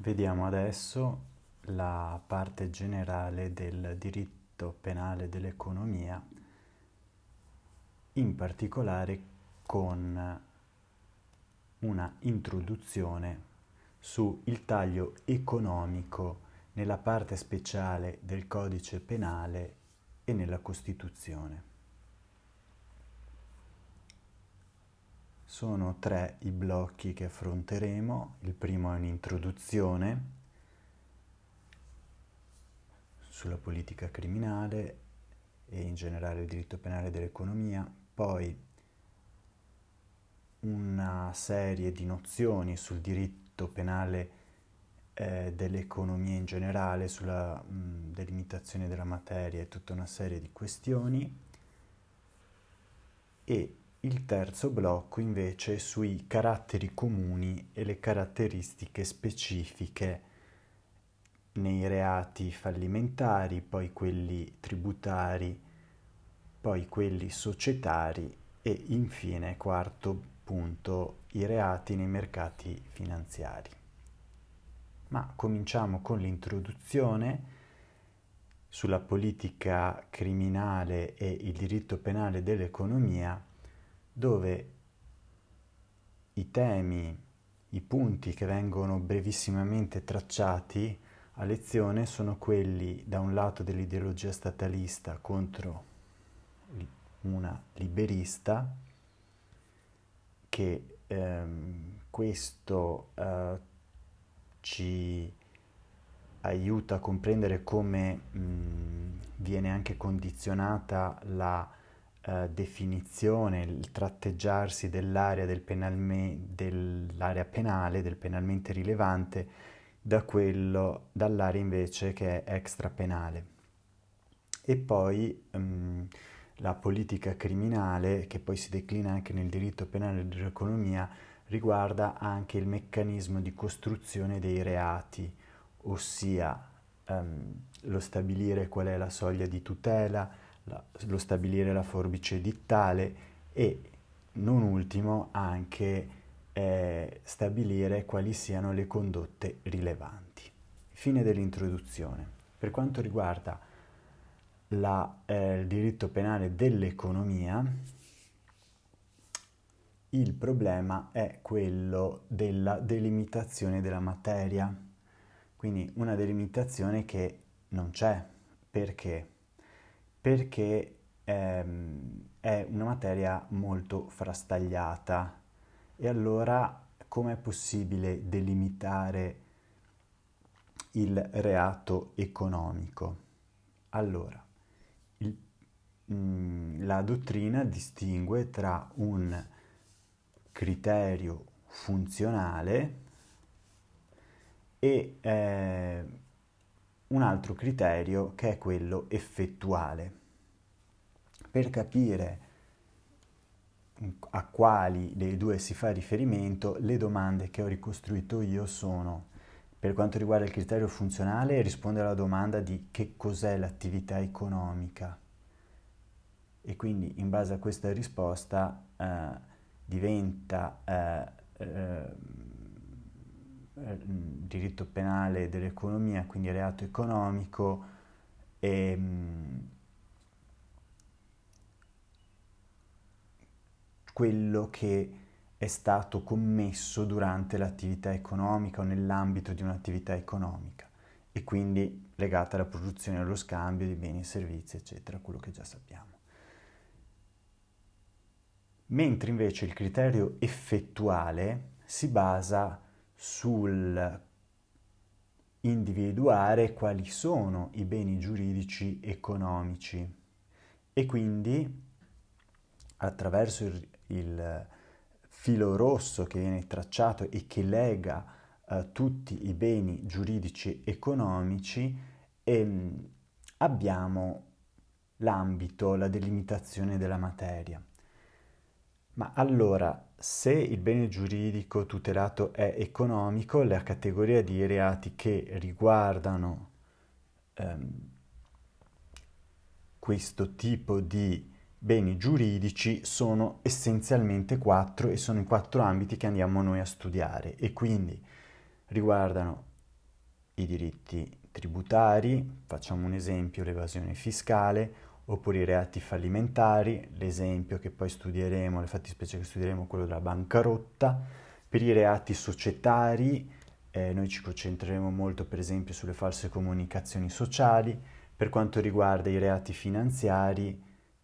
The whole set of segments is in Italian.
Vediamo adesso la parte generale del diritto penale dell'economia, in particolare con una introduzione sul taglio economico nella parte speciale del codice penale e nella Costituzione. Sono tre i blocchi che affronteremo. Il primo è un'introduzione sulla politica criminale e in generale il diritto penale dell'economia, poi una serie di nozioni sul diritto penale dell'economia in generale, sulla delimitazione della materia e tutta una serie di questioni, e il terzo blocco invece sui caratteri comuni e le caratteristiche specifiche nei reati fallimentari, poi quelli tributari, poi quelli societari e infine, quarto punto, i reati nei mercati finanziari. Ma cominciamo con l'introduzione sulla politica criminale e il diritto penale dell'economia, dove i temi, i punti che vengono brevissimamente tracciati a lezione sono quelli, da un lato, dell'ideologia statalista contro una liberista, che questo ci aiuta a comprendere come viene anche condizionata la definizione, il tratteggiarsi dell'area dell'area penale, del penalmente rilevante, dall'area invece che è extrapenale. E poi la politica criminale, che poi si declina anche nel diritto penale dell'economia, riguarda anche il meccanismo di costruzione dei reati, ossia lo stabilire qual è la soglia di tutela, lo stabilire la forbice edittale e, non ultimo, anche stabilire quali siano le condotte rilevanti. Fine dell'introduzione. Per quanto riguarda il diritto penale dell'economia, il problema è quello della delimitazione della materia, quindi una delimitazione che non c'è. Perché? Perché è una materia molto frastagliata. E allora com'è possibile delimitare il reato economico? Allora, la dottrina distingue tra un criterio funzionale e un altro criterio che è quello effettuale. Per capire a quali dei due si fa riferimento, le domande che ho ricostruito io sono: per quanto riguarda il criterio funzionale, risponde alla domanda di che cos'è l'attività economica, e quindi in base a questa risposta diventa diritto penale dell'economia, quindi reato economico, e quello che è stato commesso durante l'attività economica o nell'ambito di un'attività economica, e quindi legata alla produzione e allo scambio di beni e servizi, eccetera, quello che già sappiamo. Mentre invece il criterio effettuale si basa sul individuare quali sono i beni giuridici economici, e quindi attraverso il filo rosso che viene tracciato e che lega tutti i beni giuridici economici, abbiamo l'ambito, la delimitazione della materia. Ma allora, se il bene giuridico tutelato è economico, la categoria di reati che riguardano questo tipo di beni giuridici sono essenzialmente quattro, e sono i quattro ambiti che andiamo noi a studiare, e quindi riguardano i diritti tributari, facciamo un esempio, l'evasione fiscale, oppure i reati fallimentari, l'esempio che poi studieremo, le fattispecie che studieremo, quello della bancarotta. Per i reati societari, noi ci concentreremo molto per esempio sulle false comunicazioni sociali. Per quanto riguarda i reati finanziari,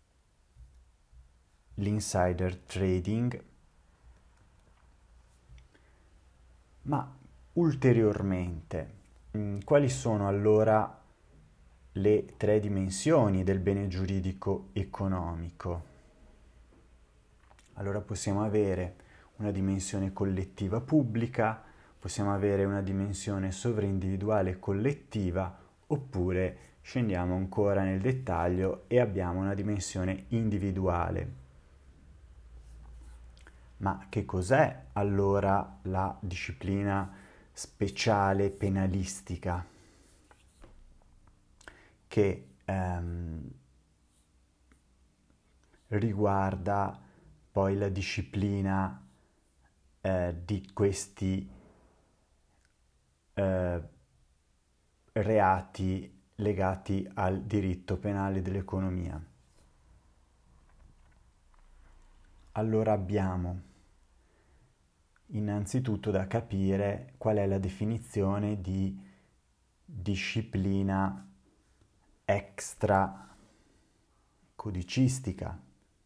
l'insider trading. Ma ulteriormente, quali sono allora le tre dimensioni del bene giuridico economico? Allora possiamo avere una dimensione collettiva pubblica, possiamo avere una dimensione sovraindividuale collettiva, oppure scendiamo ancora nel dettaglio e abbiamo una dimensione individuale. Ma che cos'è allora la disciplina speciale penalistica che riguarda poi la disciplina di questi reati legati al diritto penale dell'economia? Allora abbiamo innanzitutto da capire qual è la definizione di disciplina extra codicistica,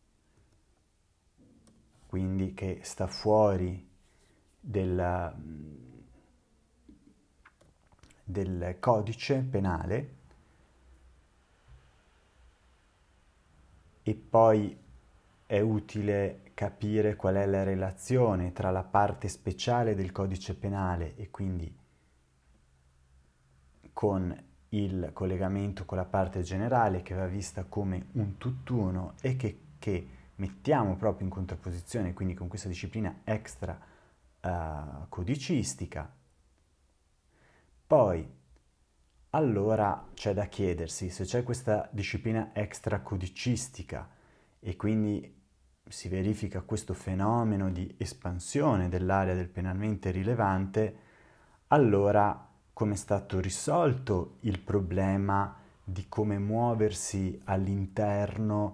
quindi che sta fuori del codice penale, e poi è utile capire qual è la relazione tra la parte speciale del codice penale e quindi con il collegamento con la parte generale, che va vista come un tutt'uno e che mettiamo proprio in contrapposizione quindi con questa disciplina extra codicistica. Poi allora c'è da chiedersi se c'è questa disciplina extra codicistica e quindi si verifica questo fenomeno di espansione dell'area del penalmente rilevante, allora come è stato risolto il problema di come muoversi all'interno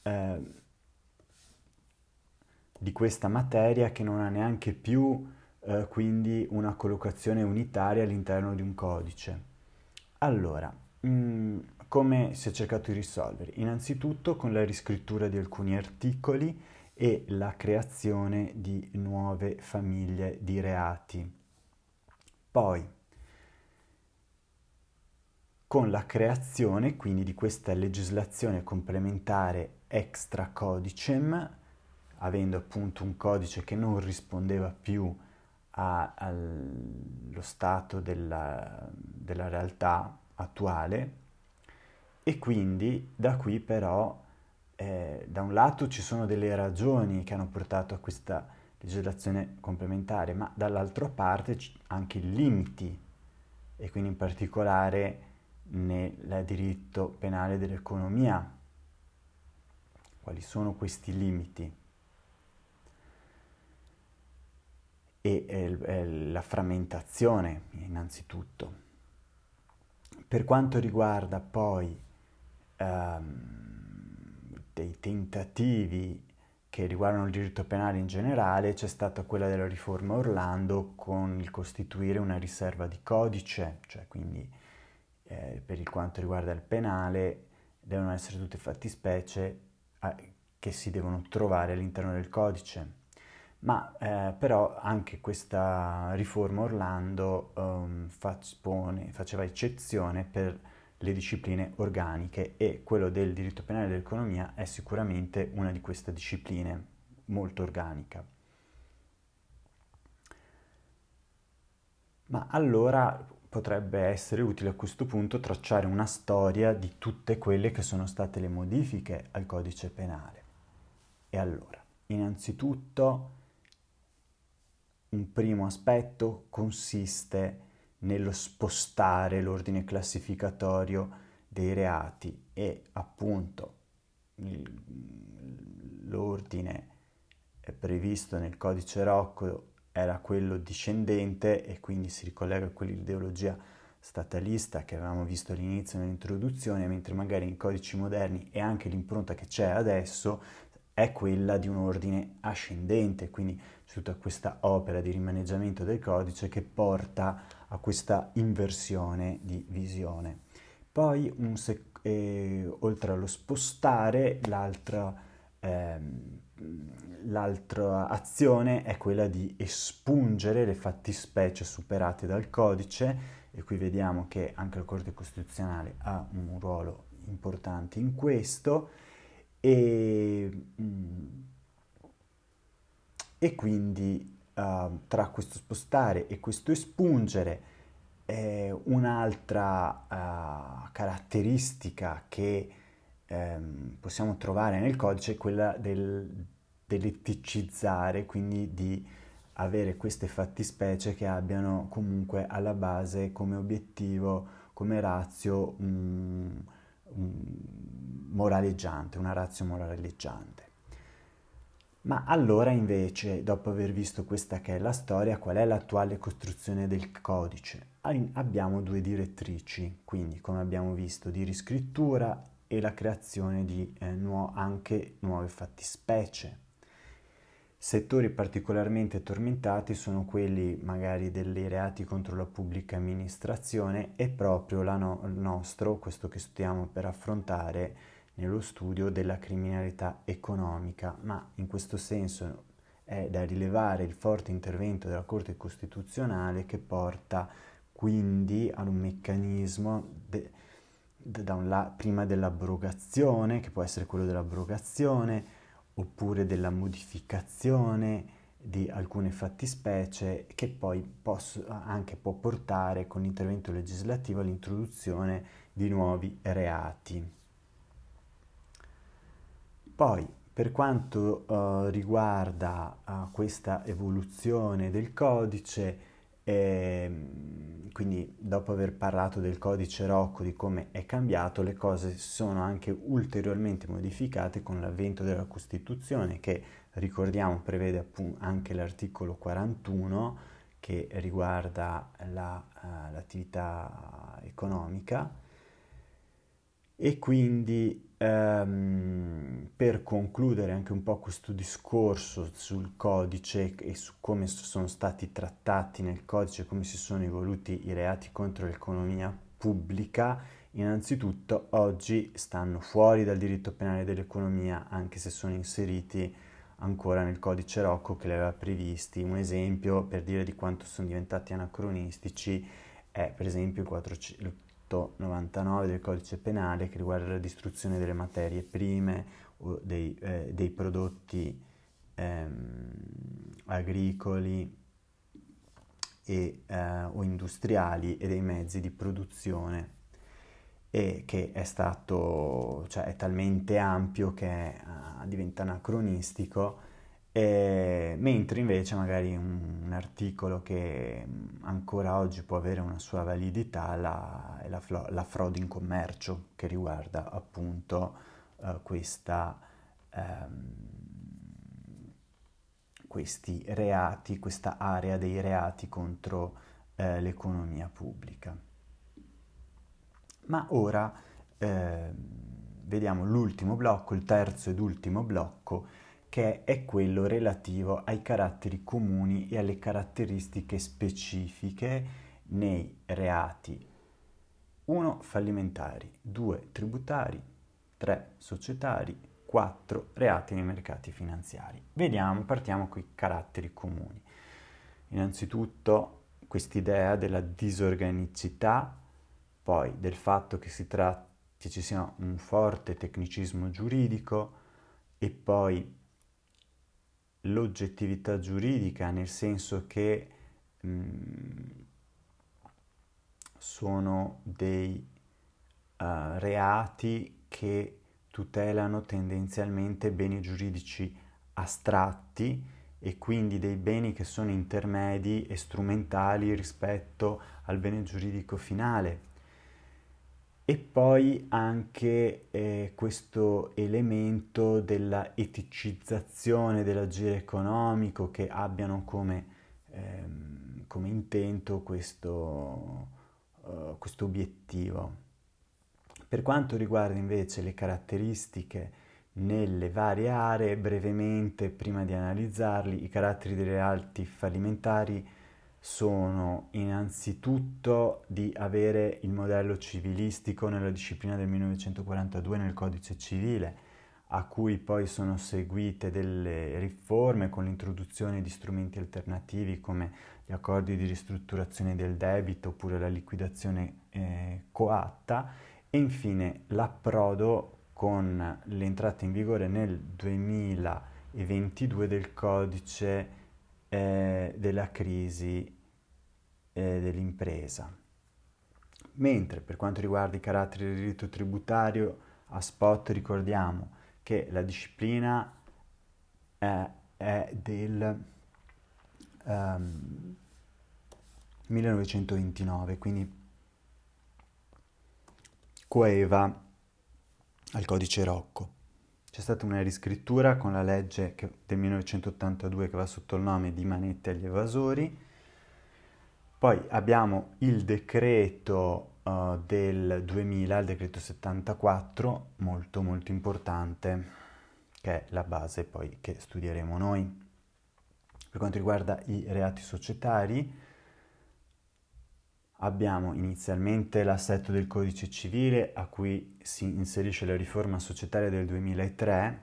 di questa materia che non ha neanche più quindi una collocazione unitaria all'interno di un codice? Allora, come si è cercato di risolvere? Innanzitutto con la riscrittura di alcuni articoli e la creazione di nuove famiglie di reati. Poi, con la creazione quindi di questa legislazione complementare extra codicem, avendo appunto un codice che non rispondeva più allo stato della realtà attuale, e quindi da qui però da un lato ci sono delle ragioni che hanno portato a questa legislazione complementare, ma dall'altra parte anche limiti, e quindi in particolare nel diritto penale dell'economia. Quali sono questi limiti? E la frammentazione, innanzitutto. Per quanto riguarda poi dei tentativi che riguardano il diritto penale in generale, c'è stata quella della riforma Orlando con il costituire una riserva di codice, cioè quindi per il quanto riguarda il penale devono essere tutte fattispecie che si devono trovare all'interno del codice. Ma però anche questa riforma Orlando faceva eccezione per le discipline organiche, e quello del diritto penale dell'economia è sicuramente una di queste discipline molto organica. Ma allora potrebbe essere utile a questo punto tracciare una storia di tutte quelle che sono state le modifiche al codice penale. E allora, innanzitutto, un primo aspetto consiste nello spostare l'ordine classificatorio dei reati, e appunto l'ordine previsto nel codice Rocco era quello discendente, e quindi si ricollega a quell'ideologia statalista che avevamo visto all'inizio nell'introduzione, mentre magari in codici moderni e anche l'impronta che c'è adesso è quella di un ordine ascendente, quindi c'è tutta questa opera di rimaneggiamento del codice che porta a questa inversione di visione. Poi, oltre allo spostare, l'altra azione è quella di espungere le fattispecie superate dal codice, e qui vediamo che anche la Corte Costituzionale ha un ruolo importante in questo, e, e quindi tra questo spostare e questo espungere un'altra caratteristica che possiamo trovare nel codice è quella dell'eticizzare, quindi di avere queste fattispecie che abbiano comunque alla base come obiettivo, come ratio, moraleggiante, una ratio moraleggiante. Ma allora invece, dopo aver visto questa che è la storia, qual è l'attuale costruzione del codice? Abbiamo due direttrici, quindi come abbiamo visto di riscrittura e la creazione di anche nuove fattispecie. Settori particolarmente tormentati sono quelli magari dei reati contro la pubblica amministrazione e proprio il nostro, questo che stiamo per affrontare nello studio della criminalità economica, ma in questo senso è da rilevare il forte intervento della Corte Costituzionale che porta quindi ad un meccanismo prima dell'abrogazione, che può essere quello dell'abrogazione, oppure della modificazione di alcune fattispecie, che poi anche può portare con l'intervento legislativo all'introduzione di nuovi reati. Poi, per quanto riguarda questa evoluzione del codice, quindi dopo aver parlato del codice Rocco, di come è cambiato, le cose sono anche ulteriormente modificate con l'avvento della Costituzione, che ricordiamo prevede appunto anche l'articolo 41 che riguarda l'attività economica. E quindi per concludere anche un po' questo discorso sul codice e su come sono stati trattati nel codice, come si sono evoluti i reati contro l'economia pubblica, innanzitutto oggi stanno fuori dal diritto penale dell'economia, anche se sono inseriti ancora nel codice Rocco che li aveva previsti. Un esempio per dire di quanto sono diventati anacronistici è per esempio il 499 del codice penale, che riguarda la distruzione delle materie prime o dei prodotti agricoli o industriali e dei mezzi di produzione, e che è stato, cioè è talmente ampio che diventa anacronistico, mentre invece magari un articolo che ancora oggi può avere una sua validità è la frode in commercio, che riguarda appunto questi reati, questa area dei reati contro l'economia pubblica. Ma ora vediamo l'ultimo blocco, il terzo ed ultimo blocco, che è quello relativo ai caratteri comuni e alle caratteristiche specifiche nei reati 1. Fallimentari, 2. Tributari, 3. Societari, 4. Reati nei mercati finanziari. Partiamo con i caratteri comuni. Innanzitutto quest'idea della disorganicità, poi del fatto che ci sia un forte tecnicismo giuridico, e poi l'oggettività giuridica, nel senso che sono dei reati che tutelano tendenzialmente beni giuridici astratti e quindi dei beni che sono intermedi e strumentali rispetto al bene giuridico finale. E poi anche questo elemento della eticizzazione dell'agire economico, che abbiano come intento questo questo obiettivo. Per quanto riguarda invece le caratteristiche nelle varie aree, brevemente, prima di analizzarli, i caratteri dei reati fallimentari sono innanzitutto di avere il modello civilistico nella disciplina del 1942 nel Codice Civile, a cui poi sono seguite delle riforme con l'introduzione di strumenti alternativi come gli accordi di ristrutturazione del debito oppure la liquidazione coatta, e infine l'approdo con l'entrata in vigore nel 2022 del codice della crisi dell'impresa. Mentre per quanto riguarda i caratteri del diritto tributario, a spot ricordiamo che la disciplina è del 1929, quindi coeva al codice Rocco. C'è stata una riscrittura con la legge del 1982 che va sotto il nome di Manette agli evasori. Poi abbiamo il decreto del 2000, il decreto 74, molto molto importante, che è la base poi che studieremo noi. Per quanto riguarda i reati societari, abbiamo inizialmente l'assetto del codice civile a cui si inserisce la riforma societaria del 2003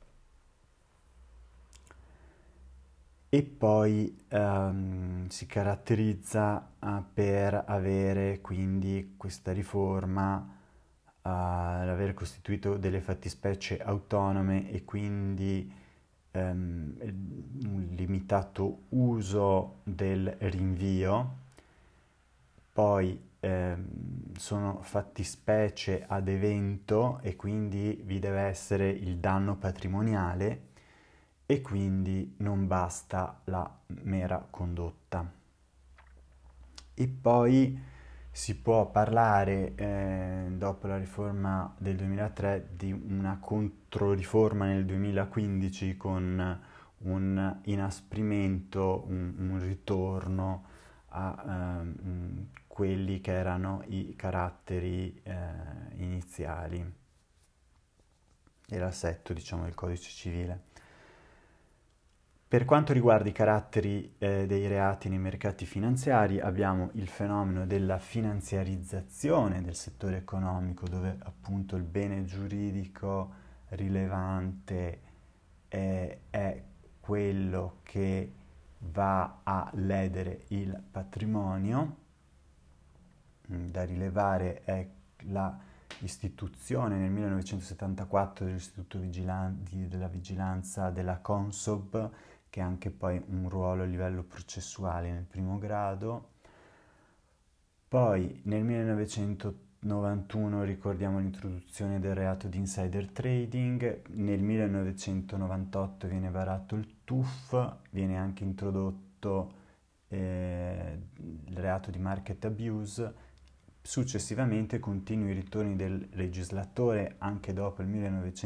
e poi si caratterizza per avere quindi questa riforma, l'aver costituito delle fattispecie autonome e quindi un limitato uso del rinvio. Poi sono fattispecie ad evento e quindi vi deve essere il danno patrimoniale e quindi non basta la mera condotta. E poi si può parlare, dopo la riforma del 2003, di una controriforma nel 2015 con un inasprimento, un ritorno a quelli che erano i caratteri iniziali e l'assetto, diciamo, del codice civile. Per quanto riguarda i caratteri dei reati nei mercati finanziari, abbiamo il fenomeno della finanziarizzazione del settore economico, dove appunto il bene giuridico rilevante è quello che va a ledere il patrimonio. Da rilevare è la istituzione nel 1974 dell'Istituto della Vigilanza della Consob, che ha anche poi un ruolo a livello processuale nel primo grado. Poi nel 1991 ricordiamo l'introduzione del reato di insider trading, nel 1998 viene varato il TUF, viene anche introdotto il reato di market abuse. Successivamente continui i ritorni del legislatore anche dopo il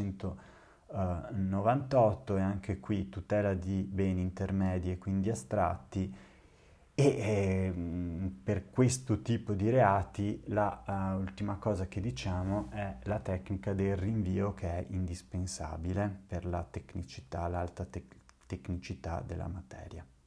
1998 e anche qui tutela di beni intermedi e quindi astratti e per questo tipo di reati la ultima cosa che diciamo è la tecnica del rinvio, che è indispensabile per la tecnicità, l'alta tecnicità della materia.